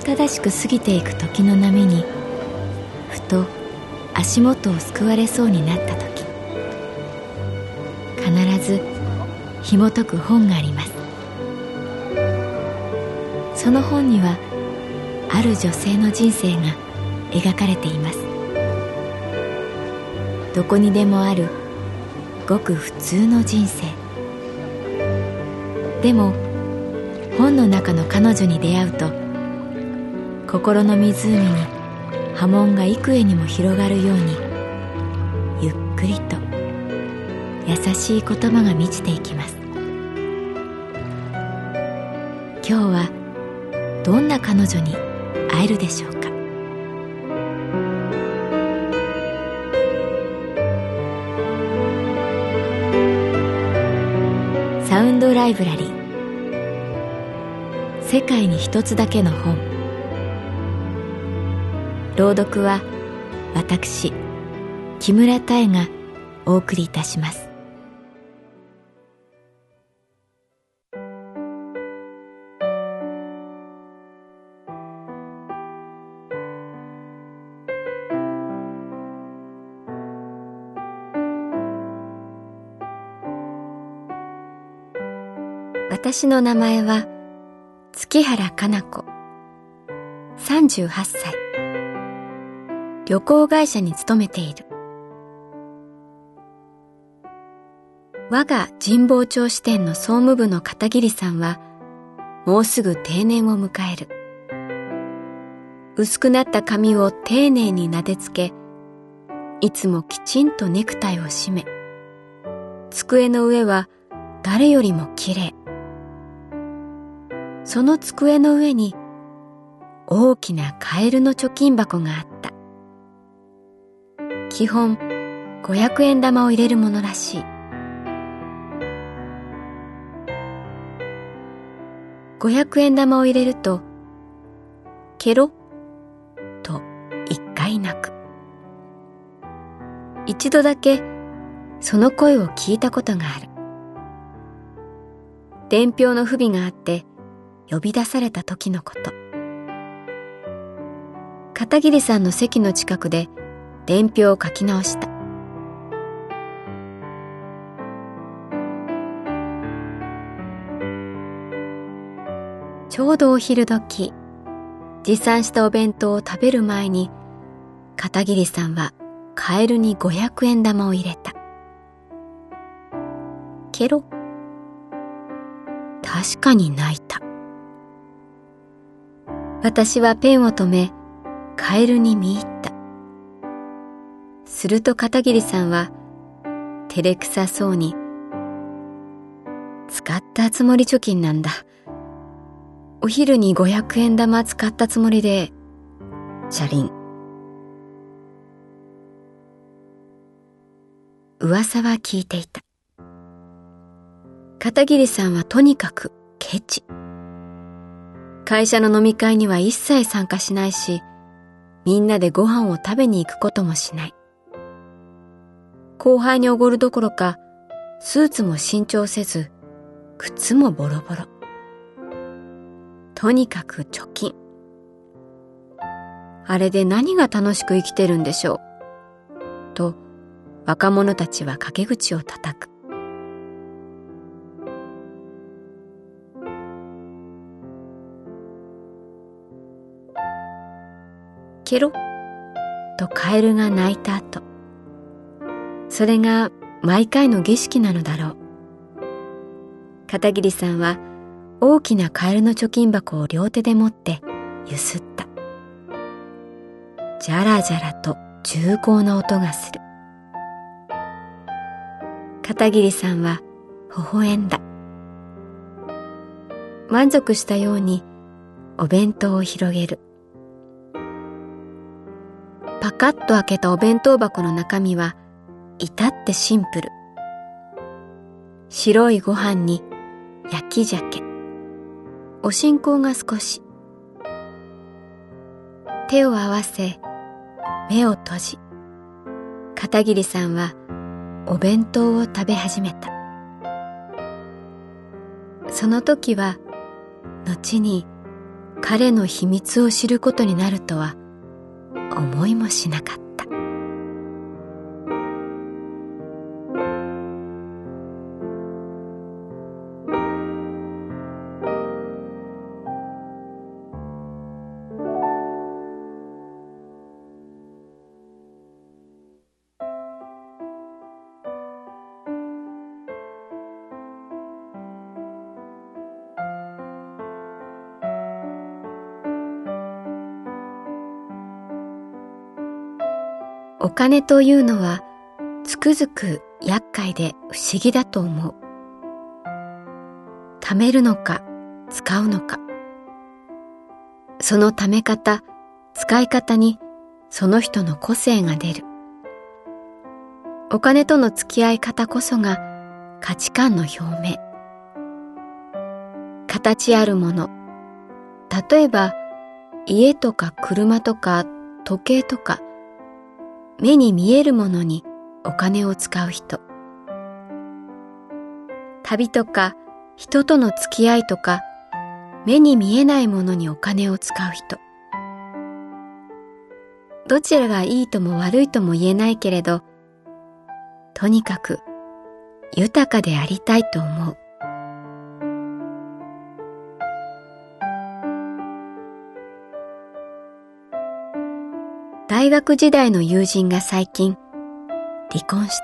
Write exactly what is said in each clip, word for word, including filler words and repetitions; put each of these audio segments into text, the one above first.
慌ただしく過ぎていく時の波にふと足元をすくわれそうになった時、必ず紐解く本があります。その本にはある女性の人生が描かれています。どこにでもあるごく普通の人生。でも本の中の彼女に出会うと、心の湖に波紋が幾重にも広がるように、ゆっくりと優しい言葉が満ちていきます。今日はどんな彼女に会えるでしょうか。サウンドライブラリー、世界に一つだけの本。朗読は私木村多江がお送りいたします。私の名前は月原かな子、さんじゅうはっさい、旅行会社に勤めている。我が神保町支店の総務部の片桐さんはもうすぐ定年を迎える。薄くなった髪を丁寧に撫でつけ、いつもきちんとネクタイを締め、机の上は誰よりもきれい。その机の上に大きなカエルの貯金箱があった。基本ごひゃくえん玉を入れるものらしい。ごひゃくえん玉を入れるとケロッと一回鳴く。一度だけその声を聞いたことがある。伝票の不備があって呼び出された時のこと。片桐さんの席の近くで伝票を書き直した。ちょうどお昼時、持参したお弁当を食べる前に片桐さんはカエルにごひゃくえん玉を入れた。ケロ。確かに泣いた。私はペンを止め、カエルに見入った。すると片桐さんは、照れくさそうに、使ったつもり貯金なんだ。お昼にごひゃくえん玉使ったつもりで、チャリン。噂は聞いていた。片桐さんはとにかくケチ。会社の飲み会には一切参加しないし、みんなでご飯を食べに行くこともしない。後輩におごるどころか、スーツも新調せず、靴もボロボロ。とにかく貯金。あれで何が楽しく生きてるんでしょう。と、若者たちは陰口を叩く。ケロッとカエルが鳴いた後、それが毎回の儀式なのだろう。片桐さんは大きなカエルの貯金箱を両手で持ってゆすった。じゃらじゃらと重厚な音がする。片桐さんは微笑んだ。満足したようにお弁当を広げる。パカッと開けたお弁当箱の中身は至ってシンプル。白いご飯に焼き鮭、お新香が少し。手を合わせ、目を閉じ、片桐さんはお弁当を食べ始めた。その時は後に彼の秘密を知ることになるとは思いもしなかった。お金というのはつくづく厄介で不思議だと思う。貯めるのか使うのか、その貯め方、使い方にその人の個性が出る。お金との付き合い方こそが価値観の表明。形あるもの、例えば家とか車とか時計とか、目に見えるものにお金を使う人。旅とか人との付き合いとか、目に見えないものにお金を使う人。どちらがいいとも悪いとも言えないけれど、とにかく豊かでありたいと思う。大学時代の友人が最近離婚した。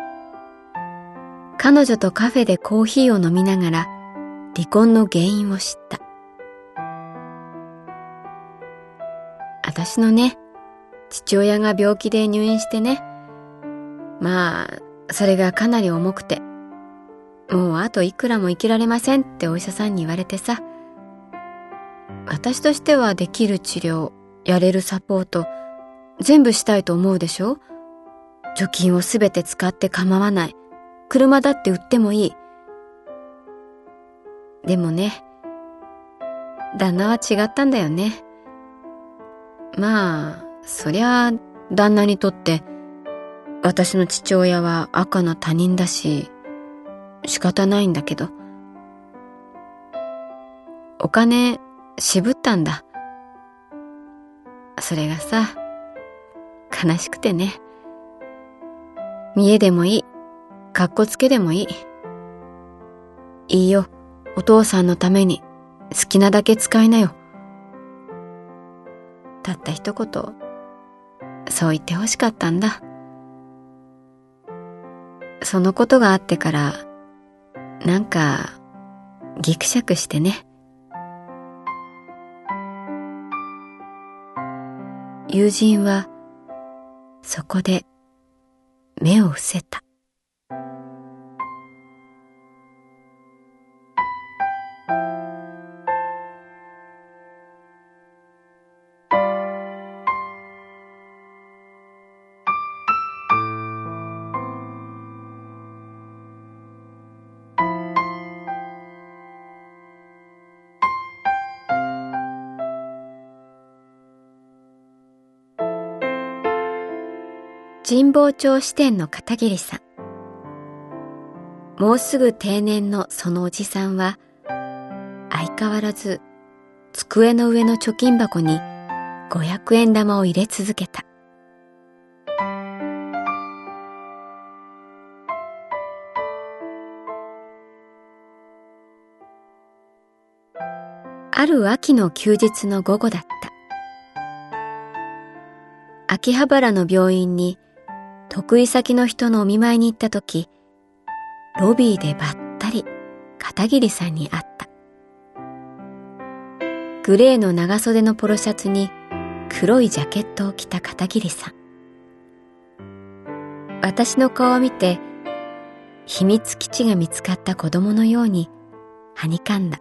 彼女とカフェでコーヒーを飲みながら離婚の原因を知った。私のね、父親が病気で入院してね、まあそれがかなり重くて、もうあといくらも生きられませんってお医者さんに言われてさ、私としてはできる治療、やれるサポート全部したいと思うでしょ。貯金をすべて使って構わない。車だって売ってもいい。でもね、旦那は違ったんだよね。まあ、そりゃ旦那にとって私の父親は赤の他人だし、仕方ないんだけど、お金渋ったんだ。それがさ、悲しくてね。見栄でもいい、かっこつけでもいい。いいよ、お父さんのために好きなだけ使いなよ。たった一言、そう言ってほしかったんだ。そのことがあってから、なんかギクシャクしてね。友人はそこで目を伏せた。神保町支店の片桐さん。もうすぐ定年のそのおじさんは、相変わらず机の上の貯金箱にごひゃくえん玉を入れ続けた。ある秋の休日の午後だった。秋葉原の病院に得意先の人のお見舞いに行ったとき、ロビーでばったり片桐さんに会った。グレーの長袖のポロシャツに黒いジャケットを着た片桐さん。私の顔を見て、秘密基地が見つかった子供のようにはにかんだ。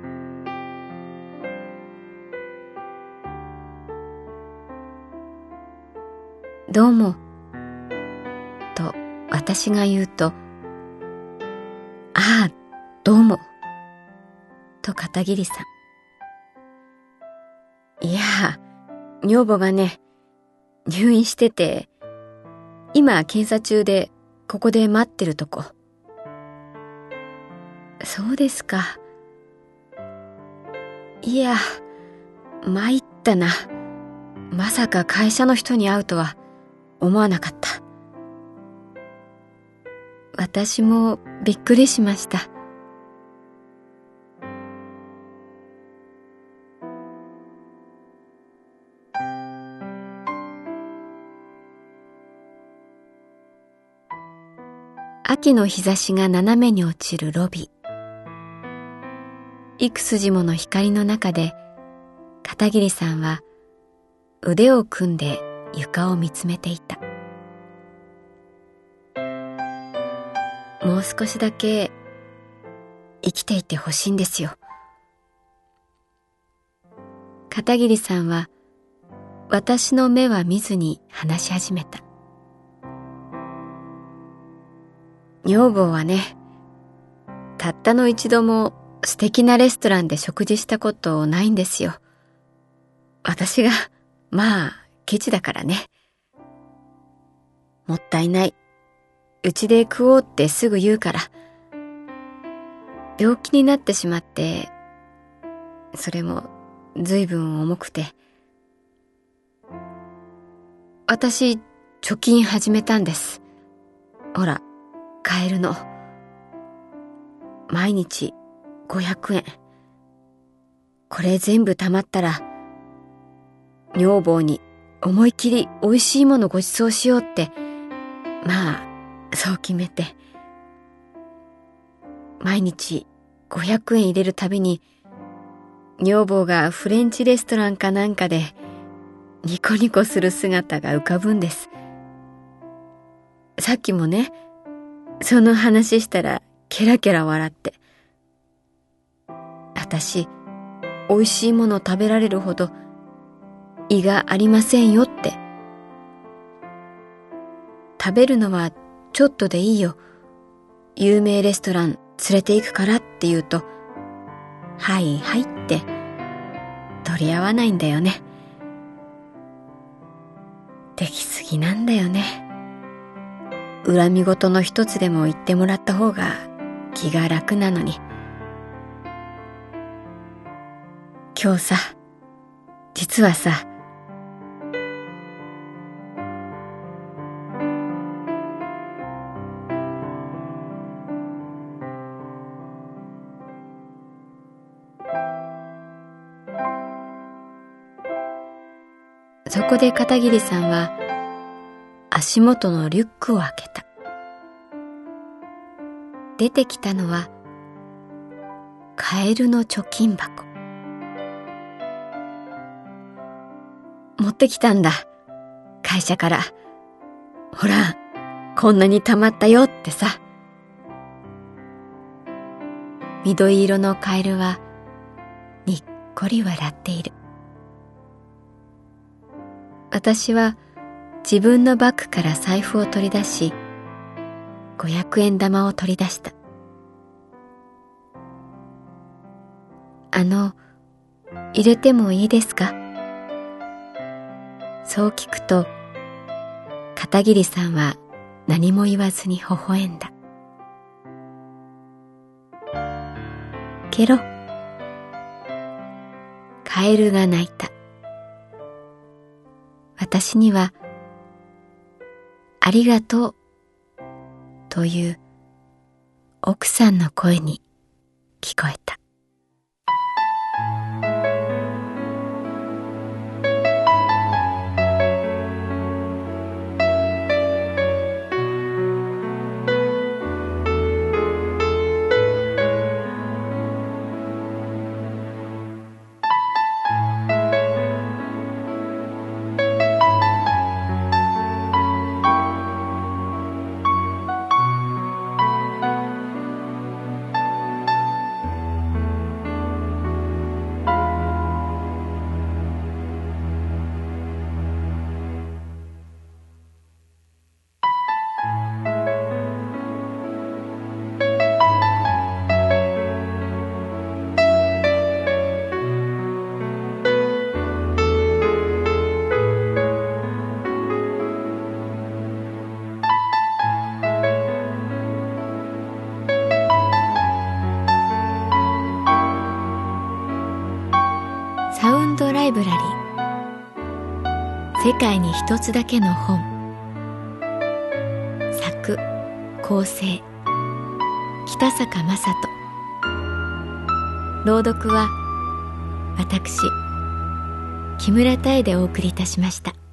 どうも、と私が言うと、ああ、どうも、と片桐さん。いや、女房がね、入院してて、今検査中でここで待ってるとこ。そうですか。いや、 参ったな。まさか会社の人に会うとは思わなかった。私もびっくりしました。秋の日差しが斜めに落ちるロビー。幾筋もの光の中で片桐さんは腕を組んで床を見つめていた。もう少しだけ生きていてほしいんですよ。片桐さんは私の目は見ずに話し始めた。女房はね、たったの一度も素敵なレストランで食事したことないんですよ。私が、まあ、ケチだからね。もったいない。うちで食おうってすぐ言うから。病気になってしまって、それも随分重くて。私、貯金始めたんです。ほら、買えるの。毎日ごひゃくえん。これ全部貯まったら、女房に思い切り美味しいものご馳走しようって、まあ、そう決めて。毎日ごひゃくえん入れるたびに、女房がフレンチレストランかなんかでニコニコする姿が浮かぶんです。さっきもね、その話したらケラケラ笑って。私、美味しいもの食べられるほど胃がありませんよって。食べるのはちょっとでいいよ。有名レストラン連れて行くからって言うと、はいはいって取り合わないんだよね。できすぎなんだよね。恨み事の一つでも言ってもらった方が気が楽なのに。今日さ、実はさ、そこで片桐さんは足元のリュックを開けた。出てきたのはカエルの貯金箱。持ってきたんだ、会社から。ほら、こんなに貯まったよってさ。緑色のカエルはにっこり笑っている。私は自分のバッグから財布を取り出し、ごひゃくえん玉を取り出した。あの、入れてもいいですか？そう聞くと、片桐さんは何も言わずに微笑んだ。ケロ。カエルが鳴いた。私には、ありがとうという奥さんの声に聞こえた。 ウンドライブラリー、世界に一つだけの本。作・構成北坂雅人。朗読は私木村多江でお送りいたしました。